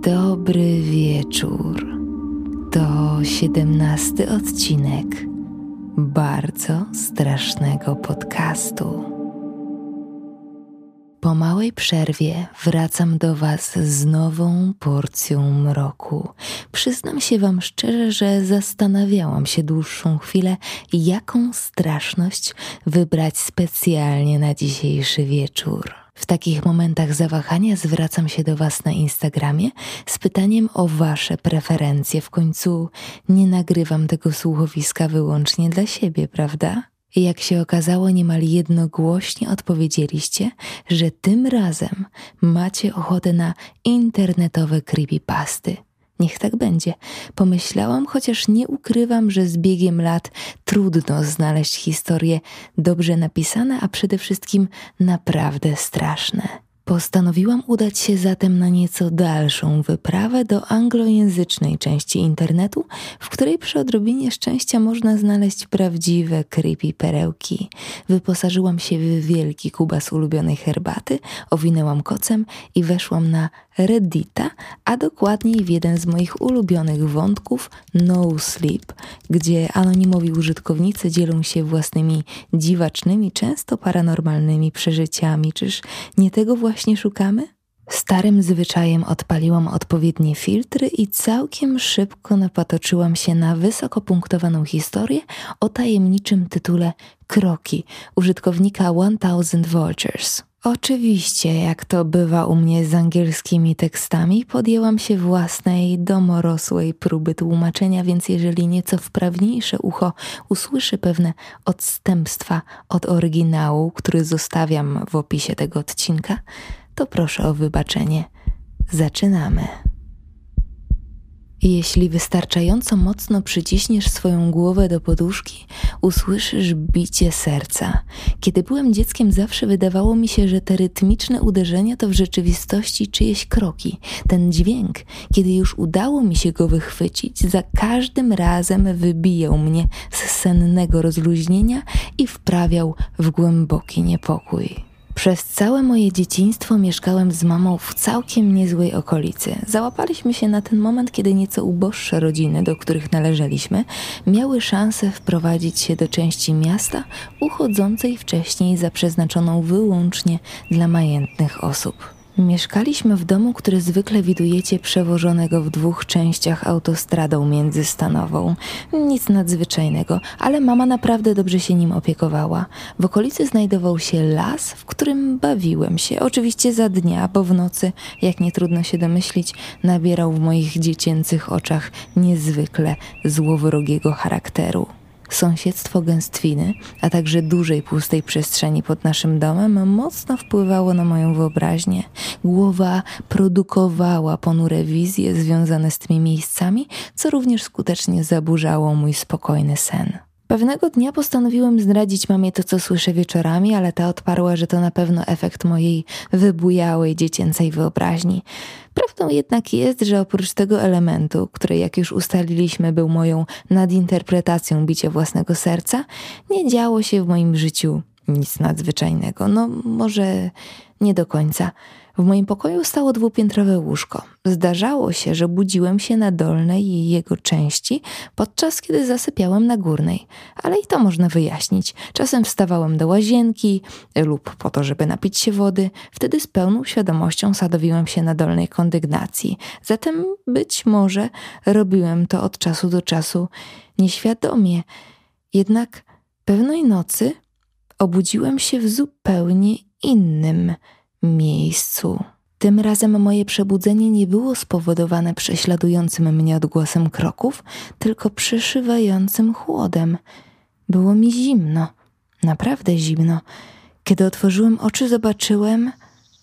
Dobry wieczór. To 17 odcinek bardzo strasznego podcastu. Po małej przerwie wracam do Was z nową porcją mroku. Przyznam się Wam szczerze, że zastanawiałam się dłuższą chwilę, jaką straszność wybrać specjalnie na dzisiejszy wieczór. W takich momentach zawahania zwracam się do Was na Instagramie z pytaniem o Wasze preferencje. W końcu nie nagrywam tego słuchowiska wyłącznie dla siebie, prawda? I jak się okazało, niemal jednogłośnie odpowiedzieliście, że tym razem macie ochotę na internetowe creepypasty. Niech tak będzie. Pomyślałam, chociaż nie ukrywam, że z biegiem lat trudno znaleźć historie dobrze napisane, a przede wszystkim naprawdę straszne. Postanowiłam udać się zatem na nieco dalszą wyprawę do anglojęzycznej części internetu, w której przy odrobinie szczęścia można znaleźć prawdziwe creepy perełki. Wyposażyłam się w wielki kubas ulubionej herbaty, owinęłam kocem i weszłam na Reddita, a dokładniej w jeden z moich ulubionych wątków No Sleep, gdzie anonimowi użytkownicy dzielą się własnymi dziwacznymi, często paranormalnymi przeżyciami. Czyż nie tego właśnie szukamy? Starym zwyczajem odpaliłam odpowiednie filtry i całkiem szybko napatoczyłam się na wysoko punktowaną historię o tajemniczym tytule Kroki użytkownika 1000 Vultures. Oczywiście, jak to bywa u mnie z angielskimi tekstami, podjęłam się własnej, domorosłej próby tłumaczenia, więc jeżeli nieco wprawniejsze ucho usłyszy pewne odstępstwa od oryginału, który zostawiam w opisie tego odcinka, to proszę o wybaczenie. Zaczynamy. Jeśli wystarczająco mocno przyciśniesz swoją głowę do poduszki, usłyszysz bicie serca. Kiedy byłem dzieckiem, zawsze wydawało mi się, że te rytmiczne uderzenia to w rzeczywistości czyjeś kroki. Ten dźwięk, kiedy już udało mi się go wychwycić, za każdym razem wybijał mnie z sennego rozluźnienia i wprawiał w głęboki niepokój. Przez całe moje dzieciństwo mieszkałem z mamą w całkiem niezłej okolicy. Załapaliśmy się na ten moment, kiedy nieco uboższe rodziny, do których należeliśmy, miały szansę wprowadzić się do części miasta uchodzącej wcześniej za przeznaczoną wyłącznie dla majętnych osób. Mieszkaliśmy w domu, który zwykle widujecie przewożonego w 2 częściach autostradą międzystanową. Nic nadzwyczajnego, ale mama naprawdę dobrze się nim opiekowała. W okolicy znajdował się las, w którym bawiłem się. Oczywiście za dnia, bo w nocy, jak nie trudno się domyślić, nabierał w moich dziecięcych oczach niezwykle złowrogiego charakteru. Sąsiedztwo gęstwiny, a także dużej pustej przestrzeni pod naszym domem mocno wpływało na moją wyobraźnię. Głowa produkowała ponure wizje związane z tymi miejscami, co również skutecznie zaburzało mój spokojny sen. Pewnego dnia postanowiłem zdradzić mamie to, co słyszę wieczorami, ale ta odparła, że to na pewno efekt mojej wybujałej dziecięcej wyobraźni. Prawdą jednak jest, że oprócz tego elementu, który jak już ustaliliśmy był moją nadinterpretacją bicia własnego serca, nie działo się w moim życiu nic nadzwyczajnego. No może nie do końca. W moim pokoju stało 2-piętrowe łóżko. Zdarzało się, że budziłem się na dolnej jego części, podczas kiedy zasypiałem na górnej. Ale i to można wyjaśnić. Czasem wstawałem do łazienki lub po to, żeby napić się wody. Wtedy z pełną świadomością sadowiłem się na dolnej kondygnacji. Zatem być może robiłem to od czasu do czasu nieświadomie. Jednak pewnej nocy obudziłem się w zupełnie innym miejscu. Tym razem moje przebudzenie nie było spowodowane prześladującym mnie odgłosem kroków, tylko przeszywającym chłodem. Było mi zimno, naprawdę zimno. Kiedy otworzyłem oczy, zobaczyłem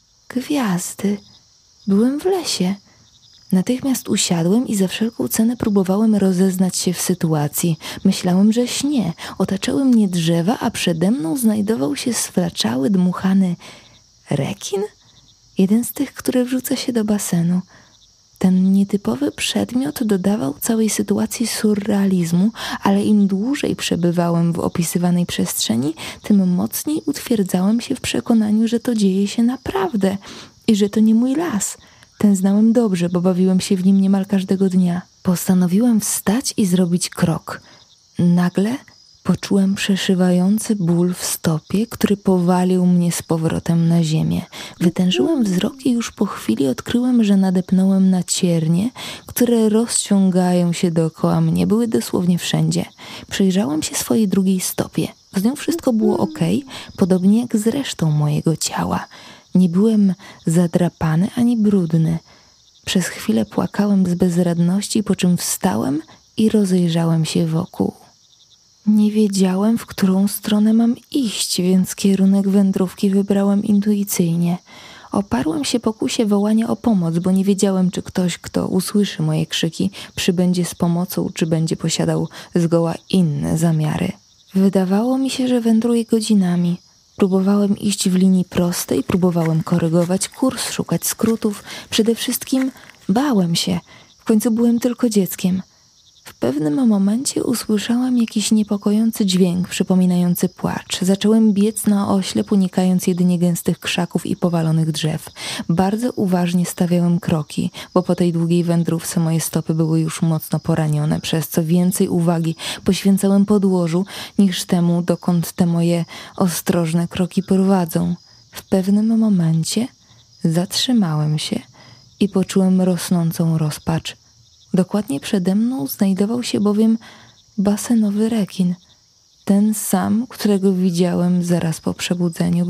gwiazdy. Byłem w lesie. Natychmiast usiadłem i za wszelką cenę próbowałem rozeznać się w sytuacji. Myślałem, że śnię. Otaczały mnie drzewa, a przede mną znajdował się sflaczały, dmuchany rekin? Jeden z tych, który wrzuca się do basenu. Ten nietypowy przedmiot dodawał całej sytuacji surrealizmu, ale im dłużej przebywałem w opisywanej przestrzeni, tym mocniej utwierdzałem się w przekonaniu, że to dzieje się naprawdę i że to nie mój las, Ten znałem dobrze, bo bawiłem się w nim niemal każdego dnia. Postanowiłem wstać i zrobić krok. Nagle poczułem przeszywający ból w stopie, który powalił mnie z powrotem na ziemię. Wytężyłem wzrok i już po chwili odkryłem, że nadepnąłem na ciernie, które rozciągają się dookoła mnie. Były dosłownie wszędzie. Przyjrzałem się swojej drugiej stopie. Z nią wszystko było okej, podobnie jak z resztą mojego ciała. Nie byłem zadrapany ani brudny. Przez chwilę płakałem z bezradności, po czym wstałem i rozejrzałem się wokół. Nie wiedziałem, w którą stronę mam iść, więc kierunek wędrówki wybrałem intuicyjnie. Oparłem się pokusie wołania o pomoc, bo nie wiedziałem, czy ktoś, kto usłyszy moje krzyki, przybędzie z pomocą, czy będzie posiadał zgoła inne zamiary. Wydawało mi się, że wędruję godzinami. Próbowałem iść w linii prostej, próbowałem korygować kurs, szukać skrótów. Przede wszystkim bałem się. W końcu byłem tylko dzieckiem. W pewnym momencie usłyszałam jakiś niepokojący dźwięk przypominający płacz. Zacząłem biec na oślep, unikając jedynie gęstych krzaków i powalonych drzew. Bardzo uważnie stawiałem kroki, bo po tej długiej wędrówce moje stopy były już mocno poranione, przez co więcej uwagi poświęcałem podłożu niż temu, dokąd te moje ostrożne kroki prowadzą. W pewnym momencie zatrzymałem się i poczułem rosnącą rozpacz. Dokładnie przede mną znajdował się bowiem basenowy rekin. Ten sam, którego widziałem zaraz po przebudzeniu.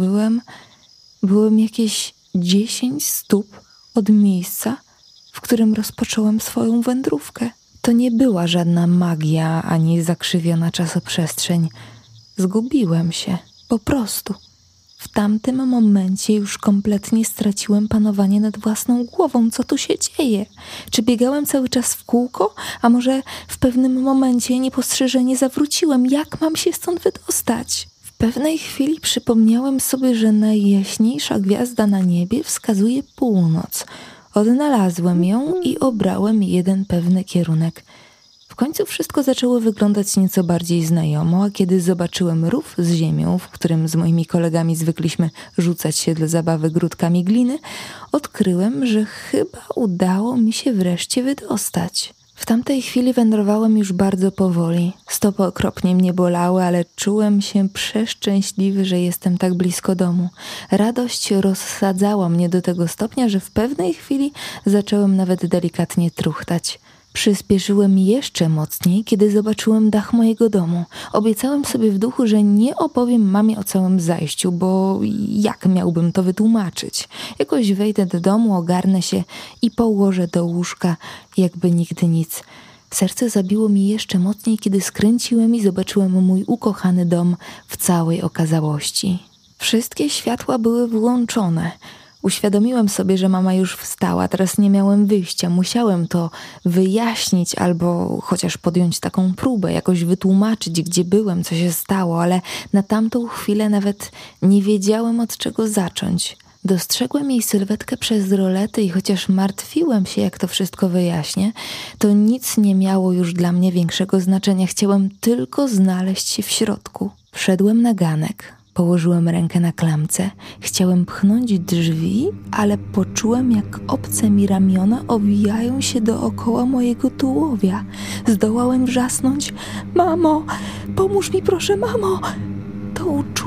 Byłem jakieś 10 stóp od miejsca, w którym rozpocząłem swoją wędrówkę. To nie była żadna magia ani zakrzywiona czasoprzestrzeń. Zgubiłem się, po prostu. W tamtym momencie już kompletnie straciłem panowanie nad własną głową. Co tu się dzieje? Czy biegałem cały czas w kółko? A może w pewnym momencie niepostrzeżenie zawróciłem? Jak mam się stąd wydostać? W pewnej chwili przypomniałem sobie, że najjaśniejsza gwiazda na niebie wskazuje północ. Odnalazłem ją i obrałem jeden pewny kierunek. W końcu wszystko zaczęło wyglądać nieco bardziej znajomo, a kiedy zobaczyłem rów z ziemią, w którym z moimi kolegami zwykliśmy rzucać się dla zabawy grudkami gliny, odkryłem, że chyba udało mi się wreszcie wydostać. W tamtej chwili wędrowałem już bardzo powoli. Stopy okropnie mnie bolały, ale czułem się przeszczęśliwy, że jestem tak blisko domu. Radość rozsadzała mnie do tego stopnia, że w pewnej chwili zacząłem nawet delikatnie truchtać. Przyspieszyłem jeszcze mocniej, kiedy zobaczyłem dach mojego domu. Obiecałem sobie w duchu, że nie opowiem mamie o całym zajściu, bo jak miałbym to wytłumaczyć? Jakoś wejdę do domu, ogarnę się i położę do łóżka, jakby nigdy nic. Serce zabiło mi jeszcze mocniej, kiedy skręciłem i zobaczyłem mój ukochany dom w całej okazałości. Wszystkie światła były włączone. Uświadomiłem sobie, że mama już wstała, teraz nie miałem wyjścia. Musiałem to wyjaśnić albo chociaż podjąć taką próbę, jakoś wytłumaczyć, gdzie byłem, co się stało, ale na tamtą chwilę nawet nie wiedziałem, od czego zacząć. Dostrzegłem jej sylwetkę przez rolety i chociaż martwiłem się, jak to wszystko wyjaśnię, to nic nie miało już dla mnie większego znaczenia. Chciałem tylko znaleźć się w środku. Wszedłem na ganek. Położyłem rękę na klamce. Chciałem pchnąć drzwi, ale poczułem, jak obce mi ramiona owijają się dookoła mojego tułowia. Zdołałem wrzasnąć: mamo, pomóż mi proszę, mamo! To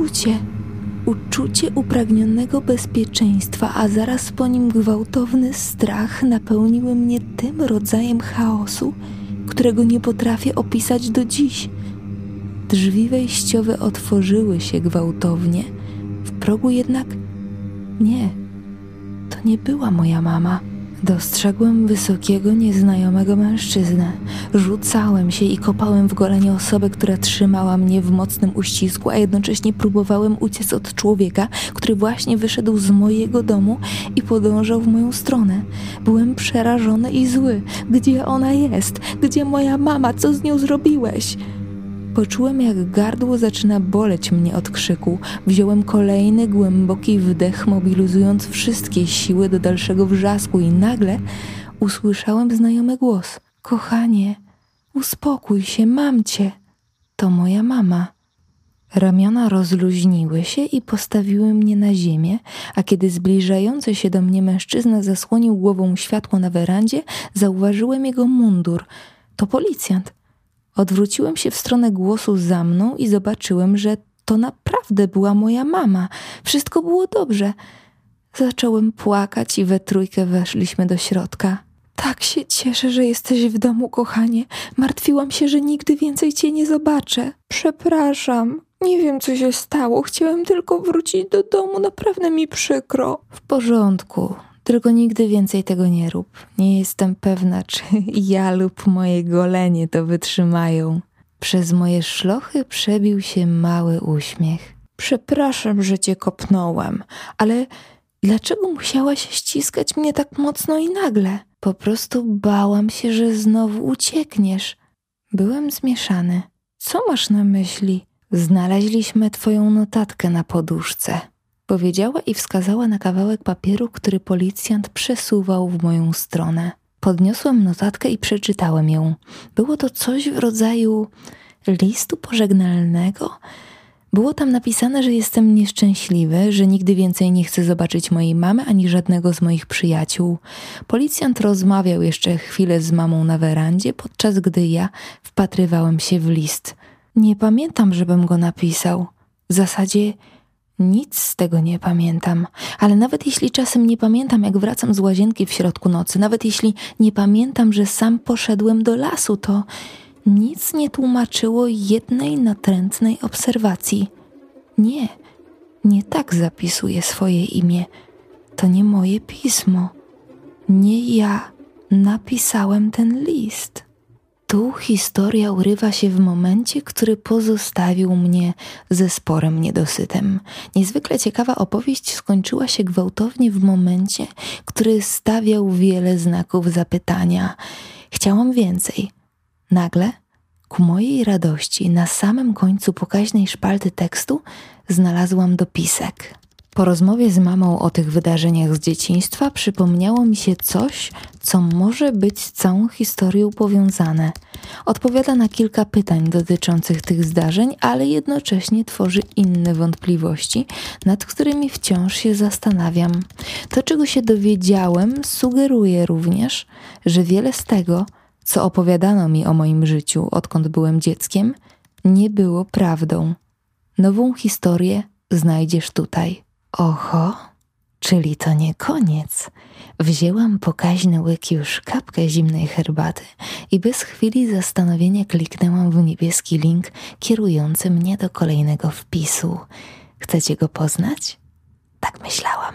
uczucie upragnionego bezpieczeństwa, a zaraz po nim gwałtowny strach napełniły mnie tym rodzajem chaosu, którego nie potrafię opisać do dziś. Drzwi wejściowe otworzyły się gwałtownie. W progu jednak nie, to nie była moja mama. Dostrzegłem wysokiego, nieznajomego mężczyznę. Rzucałem się i kopałem w golenie osobę, która trzymała mnie w mocnym uścisku, a jednocześnie próbowałem uciec od człowieka, który właśnie wyszedł z mojego domu i podążał w moją stronę. Byłem przerażony i zły. Gdzie ona jest? Gdzie moja mama? Co z nią zrobiłeś? Poczułem, jak gardło zaczyna boleć mnie od krzyku. Wziąłem kolejny głęboki wdech, mobilizując wszystkie siły do dalszego wrzasku i nagle usłyszałem znajomy głos. Kochanie, uspokój się, mam cię. To moja mama. Ramiona rozluźniły się i postawiły mnie na ziemię, a kiedy zbliżający się do mnie mężczyzna zasłonił głową światło na werandzie, zauważyłem jego mundur. To policjant. Odwróciłem się w stronę głosu za mną i zobaczyłem, że to naprawdę była moja mama. Wszystko było dobrze. Zacząłem płakać i we trójkę weszliśmy do środka. Tak się cieszę, że jesteś w domu, kochanie. Martwiłam się, że nigdy więcej cię nie zobaczę. Przepraszam. Nie wiem, co się stało. Chciałem tylko wrócić do domu. Naprawdę mi przykro. W porządku. Tylko nigdy więcej tego nie rób. Nie jestem pewna, czy ja lub moje golenie to wytrzymają. Przez moje szlochy przebił się mały uśmiech. Przepraszam, że cię kopnąłem, ale dlaczego musiałaś ściskać mnie tak mocno i nagle? Po prostu bałam się, że znowu uciekniesz. Byłem zmieszany. Co masz na myśli? Znaleźliśmy twoją notatkę na poduszce. Powiedziała i wskazała na kawałek papieru, który policjant przesuwał w moją stronę. Podniosłem notatkę i przeczytałem ją. Było to coś w rodzaju listu pożegnalnego. Było tam napisane, że jestem nieszczęśliwy, że nigdy więcej nie chcę zobaczyć mojej mamy ani żadnego z moich przyjaciół. Policjant rozmawiał jeszcze chwilę z mamą na werandzie, podczas gdy ja wpatrywałem się w list. Nie pamiętam, żebym go napisał. W zasadzie nic z tego nie pamiętam, ale nawet jeśli czasem nie pamiętam, jak wracam z łazienki w środku nocy, nawet jeśli nie pamiętam, że sam poszedłem do lasu, to nic nie tłumaczyło jednej natrętnej obserwacji. Nie tak zapisuję swoje imię. To nie moje pismo. Nie ja napisałem ten list. Tu historia urywa się w momencie, który pozostawił mnie ze sporym niedosytem. Niezwykle ciekawa opowieść skończyła się gwałtownie w momencie, który stawiał wiele znaków zapytania. Chciałam więcej. Nagle, ku mojej radości, na samym końcu pokaźnej szpalty tekstu znalazłam dopisek. Po rozmowie z mamą o tych wydarzeniach z dzieciństwa przypomniało mi się coś, co może być z całą historią powiązane. Odpowiada na kilka pytań dotyczących tych zdarzeń, ale jednocześnie tworzy inne wątpliwości, nad którymi wciąż się zastanawiam. To, czego się dowiedziałem, sugeruje również, że wiele z tego, co opowiadano mi o moim życiu, odkąd byłem dzieckiem, nie było prawdą. Nową historię znajdziesz tutaj. Oho, czyli to nie koniec. Wzięłam pokaźny łyk już kapkę zimnej herbaty i bez chwili zastanowienia kliknęłam w niebieski link kierujący mnie do kolejnego wpisu. Chcecie go poznać? Tak myślałam.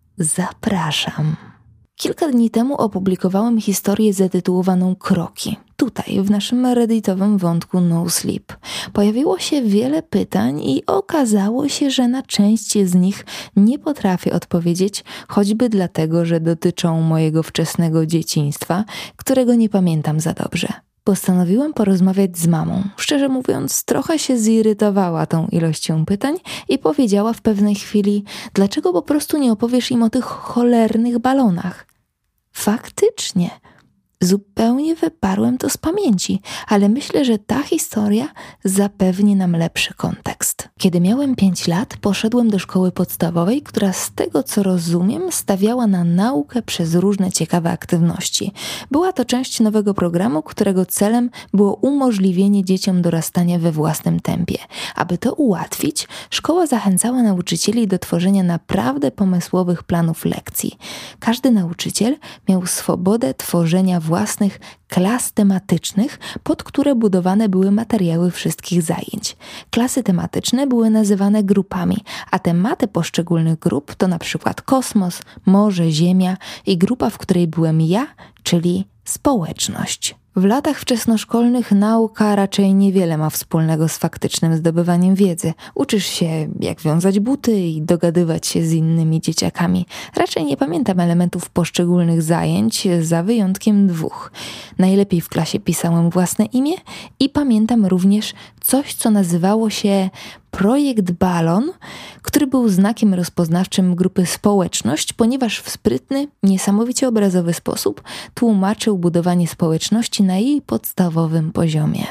Zapraszam. Kilka dni temu opublikowałem historię zatytułowaną Kroki. Tutaj, w naszym redditowym wątku No Sleep. Pojawiło się wiele pytań i okazało się, że na część z nich nie potrafię odpowiedzieć, choćby dlatego, że dotyczą mojego wczesnego dzieciństwa, którego nie pamiętam za dobrze. Postanowiłam porozmawiać z mamą. Szczerze mówiąc, trochę się zirytowała tą ilością pytań i powiedziała w pewnej chwili, dlaczego po prostu nie opowiesz im o tych cholernych balonach. Faktycznie, zupełnie wyparłem to z pamięci, ale myślę, że ta historia zapewni nam lepszy kontekst. Kiedy miałem 5 lat, poszedłem do szkoły podstawowej, która z tego co rozumiem stawiała na naukę przez różne ciekawe aktywności. Była to część nowego programu, którego celem było umożliwienie dzieciom dorastania we własnym tempie. Aby to ułatwić, szkoła zachęcała nauczycieli do tworzenia naprawdę pomysłowych planów lekcji. Każdy nauczyciel miał swobodę tworzenia własnych klas tematycznych, pod które budowane były materiały wszystkich zajęć. Klasy tematyczne były nazywane grupami, a tematy poszczególnych grup to na przykład kosmos, morze, ziemia i grupa, w której byłem ja, czyli społeczność. W latach wczesnoszkolnych nauka raczej niewiele ma wspólnego z faktycznym zdobywaniem wiedzy. Uczysz się, jak wiązać buty i dogadywać się z innymi dzieciakami. Raczej nie pamiętam elementów poszczególnych zajęć, za wyjątkiem 2. Najlepiej w klasie pisałem własne imię i pamiętam również coś, co nazywało się Projekt Balon, który był znakiem rozpoznawczym grupy Społeczność, ponieważ w sprytny, niesamowicie obrazowy sposób tłumaczył budowanie społeczności na jej podstawowym poziomie.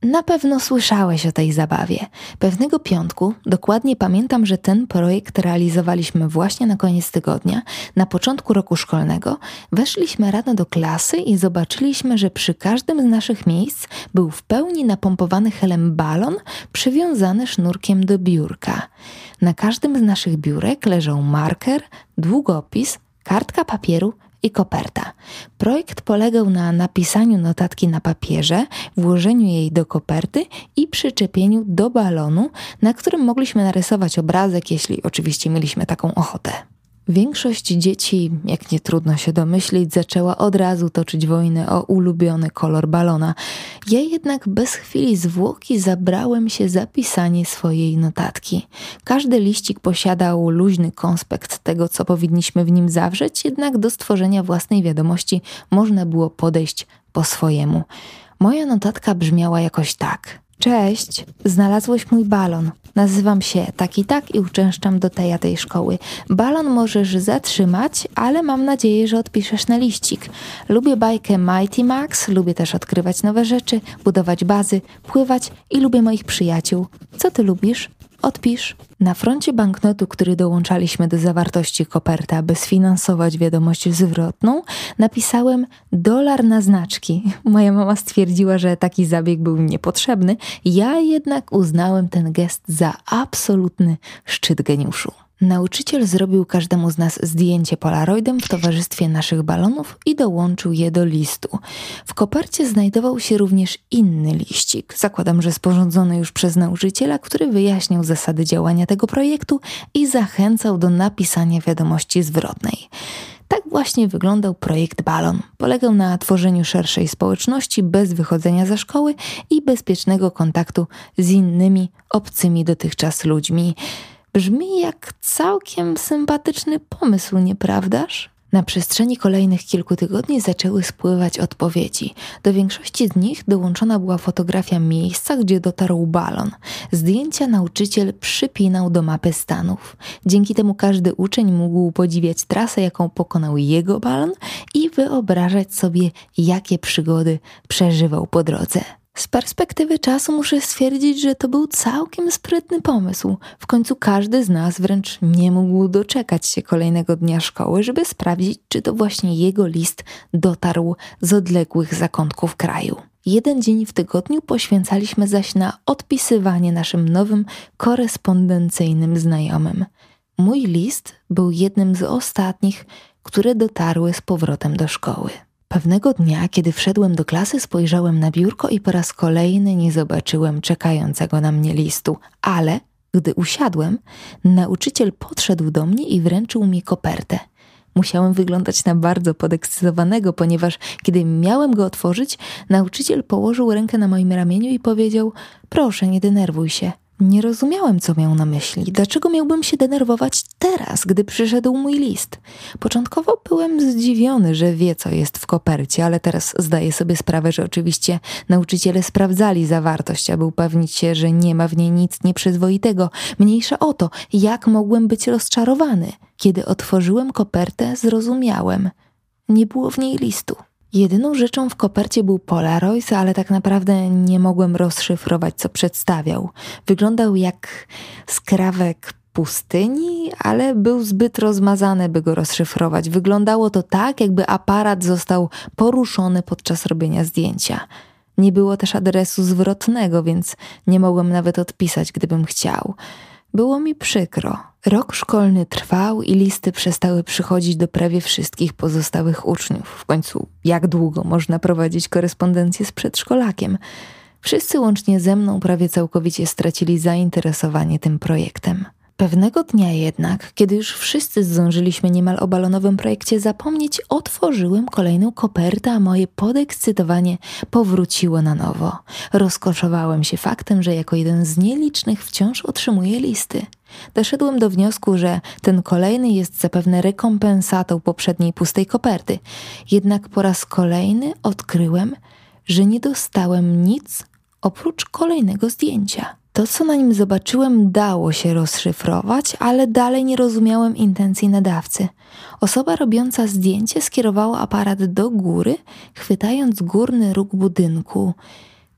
Na pewno słyszałeś o tej zabawie. Pewnego piątku, dokładnie pamiętam, że ten projekt realizowaliśmy właśnie na koniec tygodnia, na początku roku szkolnego, weszliśmy rano do klasy i zobaczyliśmy, że przy każdym z naszych miejsc był w pełni napompowany helem balon przywiązany sznurkiem do biurka. Na każdym z naszych biurek leżał marker, długopis, kartka papieru i koperta. Projekt polegał na napisaniu notatki na papierze, włożeniu jej do koperty i przyczepieniu do balonu, na którym mogliśmy narysować obrazek, jeśli oczywiście mieliśmy taką ochotę. Większość dzieci, jak nie trudno się domyślić, zaczęła od razu toczyć wojnę o ulubiony kolor balona. Ja jednak bez chwili zwłoki zabrałem się za pisanie swojej notatki. Każdy liścik posiadał luźny konspekt tego, co powinniśmy w nim zawrzeć, jednak do stworzenia własnej wiadomości można było podejść po swojemu. Moja notatka brzmiała jakoś tak. Cześć, znalazłeś mój balon. Nazywam się tak i uczęszczam do tej a tej szkoły. Balon możesz zatrzymać, ale mam nadzieję, że odpiszesz na liścik. Lubię bajkę Mighty Max, lubię też odkrywać nowe rzeczy, budować bazy, pływać i lubię moich przyjaciół. Co ty lubisz? Odpisz. Na froncie banknotu, który dołączaliśmy do zawartości koperty, aby sfinansować wiadomość zwrotną, napisałem $1 na znaczki. Moja mama stwierdziła, że taki zabieg był niepotrzebny, ja jednak uznałem ten gest za absolutny szczyt geniuszu. Nauczyciel zrobił każdemu z nas zdjęcie polaroidem w towarzystwie naszych balonów i dołączył je do listu. W kopercie znajdował się również inny liścik, zakładam, że sporządzony już przez nauczyciela, który wyjaśniał zasady działania tego projektu i zachęcał do napisania wiadomości zwrotnej. Tak właśnie wyglądał projekt Balon. Polegał na tworzeniu szerszej społeczności bez wychodzenia ze szkoły i bezpiecznego kontaktu z innymi, obcymi dotychczas ludźmi. Brzmi jak całkiem sympatyczny pomysł, nieprawdaż? Na przestrzeni kolejnych kilku tygodni zaczęły spływać odpowiedzi. Do większości z nich dołączona była fotografia miejsca, gdzie dotarł balon. Zdjęcia nauczyciel przypinał do mapy stanów. Dzięki temu każdy uczeń mógł podziwiać trasę, jaką pokonał jego balon i wyobrażać sobie, jakie przygody przeżywał po drodze. Z perspektywy czasu muszę stwierdzić, że to był całkiem sprytny pomysł. W końcu każdy z nas wręcz nie mógł doczekać się kolejnego dnia szkoły, żeby sprawdzić, czy to właśnie jego list dotarł z odległych zakątków kraju. Jeden dzień w tygodniu poświęcaliśmy zaś na odpisywanie naszym nowym, korespondencyjnym znajomym. Mój list był jednym z ostatnich, które dotarły z powrotem do szkoły. Pewnego dnia, kiedy wszedłem do klasy, spojrzałem na biurko i po raz kolejny nie zobaczyłem czekającego na mnie listu, ale gdy usiadłem, nauczyciel podszedł do mnie i wręczył mi kopertę. Musiałem wyglądać na bardzo podekscytowanego, ponieważ kiedy miałem go otworzyć, nauczyciel położył rękę na moim ramieniu i powiedział: proszę, nie denerwuj się. Nie rozumiałem, co miał na myśli. Dlaczego miałbym się denerwować teraz, gdy przyszedł mój list? Początkowo byłem zdziwiony, że wie, co jest w kopercie, ale teraz zdaję sobie sprawę, że oczywiście nauczyciele sprawdzali zawartość, aby upewnić się, że nie ma w niej nic nieprzyzwoitego. Mniejsza o to, jak mogłem być rozczarowany. Kiedy otworzyłem kopertę, zrozumiałem. Nie było w niej listu. Jedyną rzeczą w kopercie był Polaroid, ale tak naprawdę nie mogłem rozszyfrować, co przedstawiał. Wyglądał jak skrawek pustyni, ale był zbyt rozmazany, by go rozszyfrować. Wyglądało to tak, jakby aparat został poruszony podczas robienia zdjęcia. Nie było też adresu zwrotnego, więc nie mogłem nawet odpisać, gdybym chciał. Było mi przykro. Rok szkolny trwał i listy przestały przychodzić do prawie wszystkich pozostałych uczniów. W końcu, jak długo można prowadzić korespondencję z przedszkolakiem? Wszyscy łącznie ze mną prawie całkowicie stracili zainteresowanie tym projektem. Pewnego dnia jednak, kiedy już wszyscy zdążyliśmy niemal o balonowym projekcie zapomnieć, otworzyłem kolejną kopertę, a moje podekscytowanie powróciło na nowo. Rozkoszowałem się faktem, że jako jeden z nielicznych wciąż otrzymuję listy. Doszedłem do wniosku, że ten kolejny jest zapewne rekompensatą poprzedniej pustej koperty. Jednak po raz kolejny odkryłem, że nie dostałem nic oprócz kolejnego zdjęcia. To, co na nim zobaczyłem, dało się rozszyfrować, ale dalej nie rozumiałem intencji nadawcy. Osoba robiąca zdjęcie skierowała aparat do góry, chwytając górny róg budynku.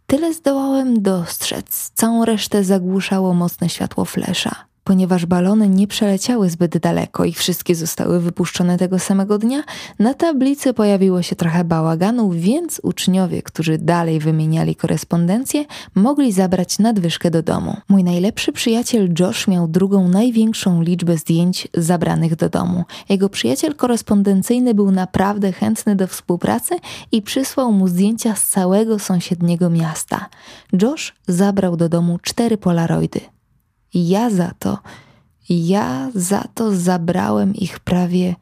Tyle zdołałem dostrzec, całą resztę zagłuszało mocne światło flesza. Ponieważ balony nie przeleciały zbyt daleko i wszystkie zostały wypuszczone tego samego dnia, na tablicy pojawiło się trochę bałaganu, więc uczniowie, którzy dalej wymieniali korespondencję, mogli zabrać nadwyżkę do domu. Mój najlepszy przyjaciel Josh miał drugą największą liczbę zdjęć zabranych do domu. Jego przyjaciel korespondencyjny był naprawdę chętny do współpracy i przysłał mu zdjęcia z całego sąsiedniego miasta. Josh zabrał do domu 4 polaroidy. Ja za to zabrałem ich prawie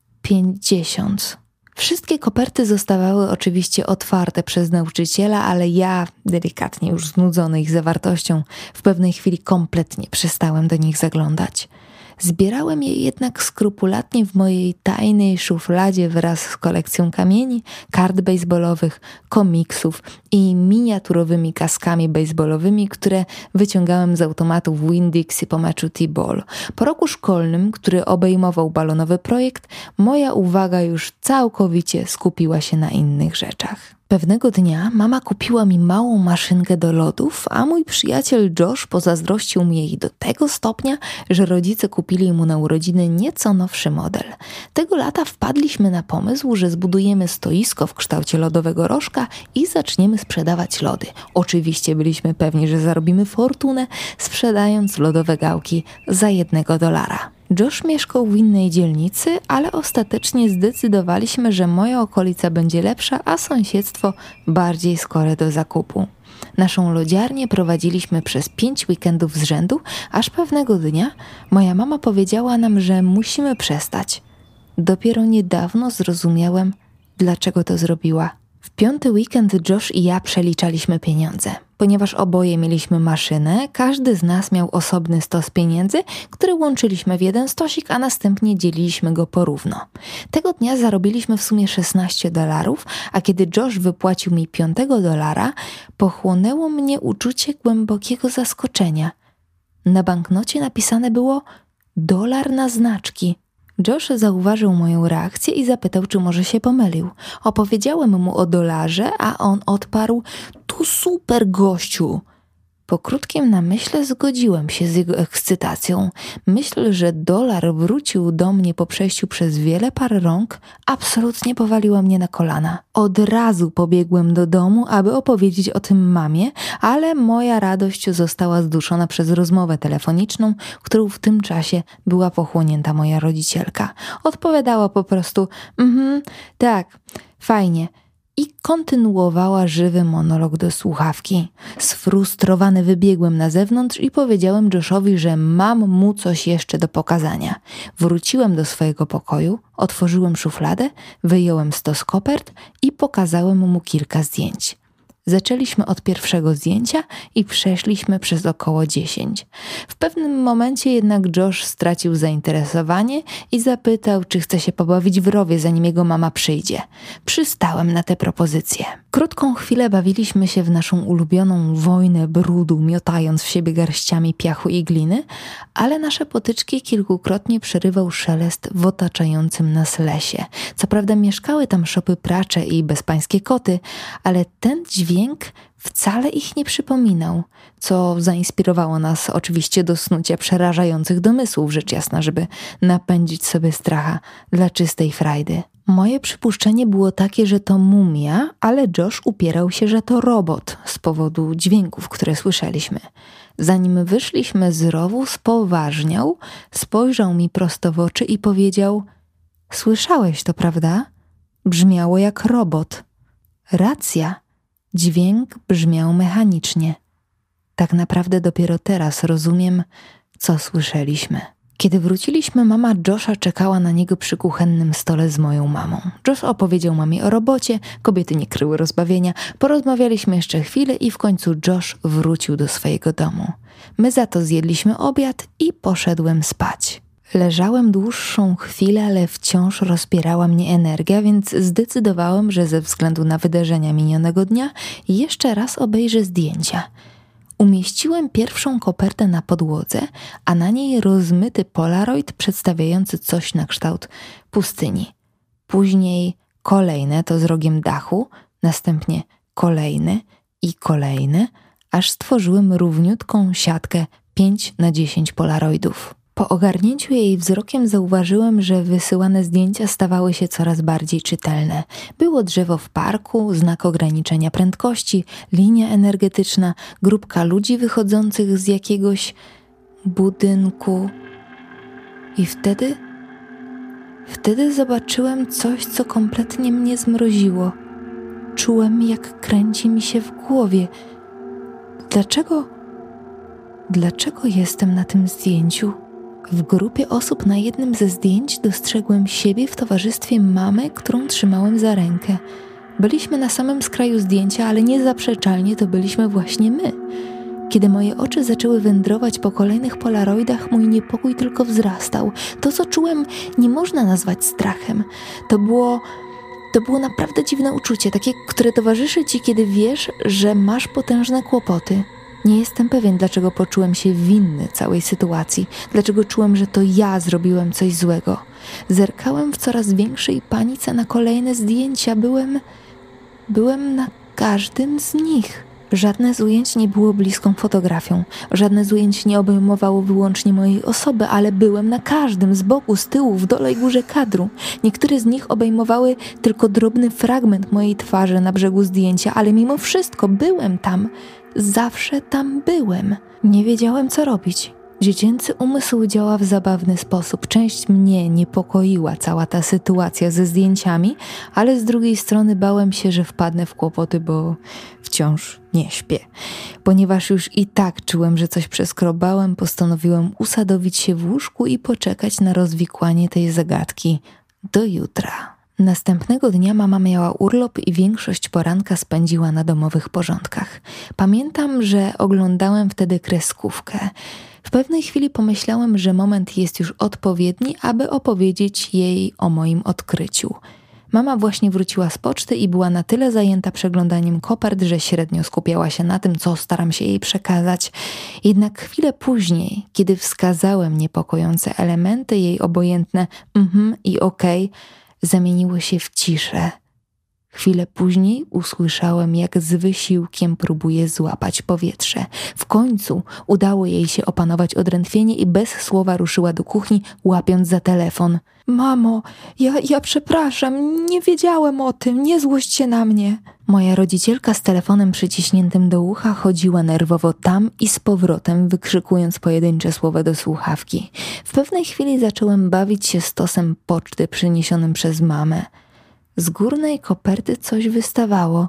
50. Wszystkie koperty zostawały oczywiście otwarte przez nauczyciela, ale ja, delikatnie już znudzony ich zawartością, w pewnej chwili kompletnie przestałem do nich zaglądać. Zbierałem je jednak skrupulatnie w mojej tajnej szufladzie wraz z kolekcją kamieni, kart bejsbolowych, komiksów i miniaturowymi kaskami bejsbolowymi, które wyciągałem z automatów Winn-Dixie po meczu T-Ball. Po roku szkolnym, który obejmował balonowy projekt, moja uwaga już całkowicie skupiła się na innych rzeczach. Pewnego dnia mama kupiła mi małą maszynkę do lodów, a mój przyjaciel Josh pozazdrościł mi jej do tego stopnia, że rodzice kupili mu na urodziny nieco nowszy model. Tego lata wpadliśmy na pomysł, że zbudujemy stoisko w kształcie lodowego rożka i zaczniemy sprzedawać lody. Oczywiście byliśmy pewni, że zarobimy fortunę, sprzedając lodowe gałki za $1. Josh mieszkał w innej dzielnicy, ale ostatecznie zdecydowaliśmy, że moja okolica będzie lepsza, a sąsiedztwo bardziej skore do zakupu. Naszą lodziarnię prowadziliśmy przez 5 weekendów z rzędu, aż pewnego dnia moja mama powiedziała nam, że musimy przestać. Dopiero niedawno zrozumiałem, dlaczego to zrobiła. W 5. weekend Josh i ja przeliczaliśmy pieniądze. Ponieważ oboje mieliśmy maszynę, każdy z nas miał osobny stos pieniędzy, który łączyliśmy w jeden stosik, a następnie dzieliliśmy go porówno. Tego dnia zarobiliśmy w sumie $16, a kiedy Josh wypłacił mi $5, pochłonęło mnie uczucie głębokiego zaskoczenia. Na banknocie napisane było $1 na znaczki. Josh zauważył moją reakcję i zapytał, czy może się pomylił. Opowiedziałem mu o $1, a on odparł: „To super, gościu!” Po krótkim namyśle zgodziłem się z jego ekscytacją. Myśl, że $1 wrócił do mnie po przejściu przez wiele par rąk, absolutnie powaliła mnie na kolana. Od razu pobiegłem do domu, aby opowiedzieć o tym mamie, ale moja radość została zduszona przez rozmowę telefoniczną, którą w tym czasie była pochłonięta moja rodzicielka. Odpowiadała po prostu: tak, fajnie. I kontynuowała żywy monolog do słuchawki. Sfrustrowany wybiegłem na zewnątrz i powiedziałem Joshowi, że mam mu coś jeszcze do pokazania. Wróciłem do swojego pokoju, otworzyłem szufladę, wyjąłem stos kopert i pokazałem mu kilka zdjęć. Zaczęliśmy od pierwszego zdjęcia i przeszliśmy przez około 10. W pewnym momencie jednak Josh stracił zainteresowanie i zapytał, czy chce się pobawić w rowie, zanim jego mama przyjdzie. Przystałem na tę propozycję. Krótką chwilę bawiliśmy się w naszą ulubioną wojnę brudu, miotając w siebie garściami piachu i gliny, ale nasze potyczki kilkukrotnie przerywał szelest w otaczającym nas lesie. Co prawda mieszkały tam szopy pracze i bezpańskie koty, ale ten dźwięk wcale ich nie przypominał, co zainspirowało nas oczywiście do snucia przerażających domysłów, rzecz jasna, żeby napędzić sobie stracha dla czystej frajdy. Moje przypuszczenie było takie, że to mumia, ale Josh upierał się, że to robot z powodu dźwięków, które słyszeliśmy. Zanim wyszliśmy z rowu, spoważniał, spojrzał mi prosto w oczy i powiedział: „Słyszałeś to, prawda? Brzmiało jak robot”. Racja. Dźwięk brzmiał mechanicznie. Tak naprawdę dopiero teraz rozumiem, co słyszeliśmy. Kiedy wróciliśmy, mama Josha czekała na niego przy kuchennym stole z moją mamą. Josh opowiedział mamie o robocie, kobiety nie kryły rozbawienia, porozmawialiśmy jeszcze chwilę i w końcu Josh wrócił do swojego domu. My za to zjedliśmy obiad i poszedłem spać. Leżałem dłuższą chwilę, ale wciąż rozpierała mnie energia, więc zdecydowałem, że ze względu na wydarzenia minionego dnia jeszcze raz obejrzę zdjęcia. Umieściłem pierwszą kopertę na podłodze, a na niej rozmyty polaroid przedstawiający coś na kształt pustyni. Później kolejne, to z rogiem dachu, następnie kolejny i kolejne, aż stworzyłem równiutką siatkę 5x10 polaroidów. Po ogarnięciu jej wzrokiem zauważyłem, że wysyłane zdjęcia stawały się coraz bardziej czytelne. Było drzewo w parku, znak ograniczenia prędkości, linia energetyczna, grupka ludzi wychodzących z jakiegoś budynku. I wtedy zobaczyłem coś, co kompletnie mnie zmroziło. Czułem, jak kręci mi się w głowie. Dlaczego jestem na tym zdjęciu? W grupie osób na jednym ze zdjęć dostrzegłem siebie w towarzystwie mamy, którą trzymałem za rękę. Byliśmy na samym skraju zdjęcia, ale niezaprzeczalnie to byliśmy właśnie my. Kiedy moje oczy zaczęły wędrować po kolejnych polaroidach, mój niepokój tylko wzrastał. To, co czułem, nie można nazwać strachem. To było naprawdę dziwne uczucie, takie, które towarzyszy ci, kiedy wiesz, że masz potężne kłopoty. Nie jestem pewien, dlaczego poczułem się winny całej sytuacji, dlaczego czułem, że to ja zrobiłem coś złego. Zerkałem w coraz większej panice na kolejne zdjęcia. Byłem na każdym z nich. Żadne z ujęć nie było bliską fotografią. Żadne z ujęć nie obejmowało wyłącznie mojej osoby, ale byłem na każdym, z boku, z tyłu, w dole i górze kadru. Niektóre z nich obejmowały tylko drobny fragment mojej twarzy na brzegu zdjęcia, ale mimo wszystko byłem tam. Zawsze tam byłem. Nie wiedziałem, co robić. Dziecięcy umysł działa w zabawny sposób. Część mnie niepokoiła cała ta sytuacja ze zdjęciami, ale z drugiej strony bałem się, że wpadnę w kłopoty, bo wciąż nie śpię. Ponieważ już i tak czułem, że coś przeskrobałem, postanowiłem usadowić się w łóżku i poczekać na rozwikłanie tej zagadki do jutra. Następnego dnia mama miała urlop i większość poranka spędziła na domowych porządkach. Pamiętam, że oglądałem wtedy kreskówkę. W pewnej chwili pomyślałem, że moment jest już odpowiedni, aby opowiedzieć jej o moim odkryciu. Mama właśnie wróciła z poczty i była na tyle zajęta przeglądaniem kopert, że średnio skupiała się na tym, co staram się jej przekazać. Jednak chwilę później, kiedy wskazałem niepokojące elementy, jej obojętne i okej, zamieniło się w ciszę. Chwilę później usłyszałem, jak z wysiłkiem próbuje złapać powietrze. W końcu udało jej się opanować odrętwienie i bez słowa ruszyła do kuchni, łapiąc za telefon. Mamo, ja przepraszam, nie wiedziałem o tym, nie złość się na mnie. Moja rodzicielka z telefonem przyciśniętym do ucha chodziła nerwowo tam i z powrotem, wykrzykując pojedyncze słowa do słuchawki. W pewnej chwili zacząłem bawić się stosem poczty przyniesionym przez mamę. Z górnej koperty coś wystawało.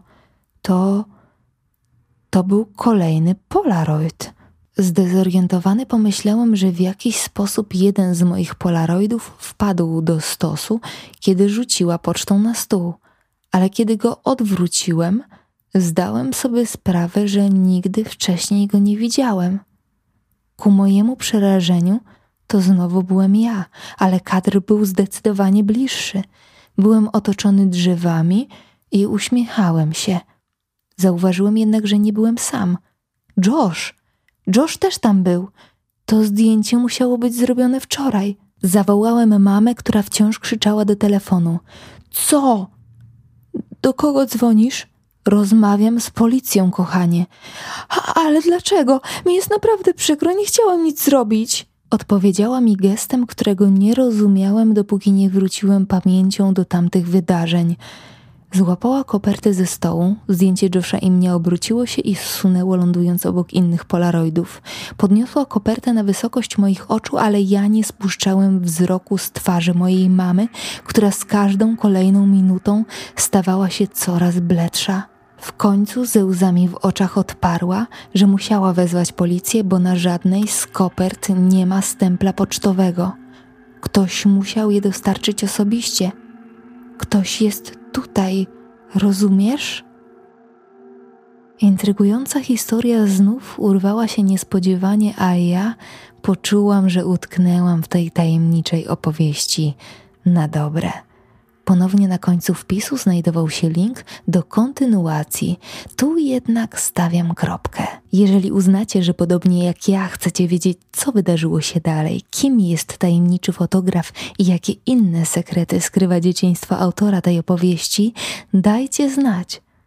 To był kolejny polaroid. Zdezorientowany pomyślałem, że w jakiś sposób jeden z moich polaroidów wpadł do stosu, kiedy rzuciła pocztą na stół. Ale kiedy go odwróciłem, zdałem sobie sprawę, że nigdy wcześniej go nie widziałem. Ku mojemu przerażeniu to znowu byłem ja, ale kadr był zdecydowanie bliższy. Byłem otoczony drzewami i uśmiechałem się. Zauważyłem jednak, że nie byłem sam. Josh też tam był. To zdjęcie musiało być zrobione wczoraj. Zawołałem mamę, która wciąż krzyczała do telefonu. Co? Do kogo dzwonisz? Rozmawiam z policją, kochanie. Ale dlaczego? Mi jest naprawdę przykro, nie chciałam nic zrobić. Odpowiedziała mi gestem, którego nie rozumiałem, dopóki nie wróciłem pamięcią do tamtych wydarzeń. Złapała kopertę ze stołu, zdjęcie Josha i mnie obróciło się i zsunęło, lądując obok innych polaroidów. Podniosła kopertę na wysokość moich oczu, ale ja nie spuszczałem wzroku z twarzy mojej mamy, która z każdą kolejną minutą stawała się coraz bledsza. W końcu ze łzami w oczach odparła, że musiała wezwać policję, bo na żadnej z kopert nie ma stempla pocztowego. Ktoś musiał je dostarczyć osobiście. Ktoś jest tutaj, rozumiesz? Intrygująca historia znów urwała się niespodziewanie, a ja poczułam, że utknęłam w tej tajemniczej opowieści na dobre. Ponownie na końcu wpisu znajdował się link do kontynuacji. Tu jednak stawiam kropkę. Jeżeli uznacie, że podobnie jak ja chcecie wiedzieć, co wydarzyło się dalej, kim jest tajemniczy fotograf i jakie inne sekrety skrywa dzieciństwo autora tej opowieści, dajcie znać.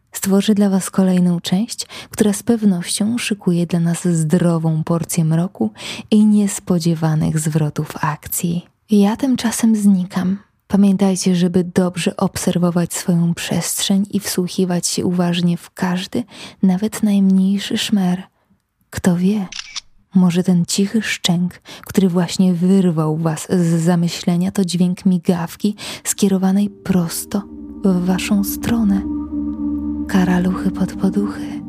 stworzy dla Was kolejną część, która z pewnością szykuje dla nas zdrową porcję mroku i niespodziewanych zwrotów akcji. Ja tymczasem znikam. Pamiętajcie, żeby dobrze obserwować swoją przestrzeń i wsłuchiwać się uważnie w każdy, nawet najmniejszy szmer. Kto wie, może ten cichy szczęk, który właśnie wyrwał Was z zamyślenia, to dźwięk migawki skierowanej prosto w Waszą stronę. Karaluchy pod poduchy.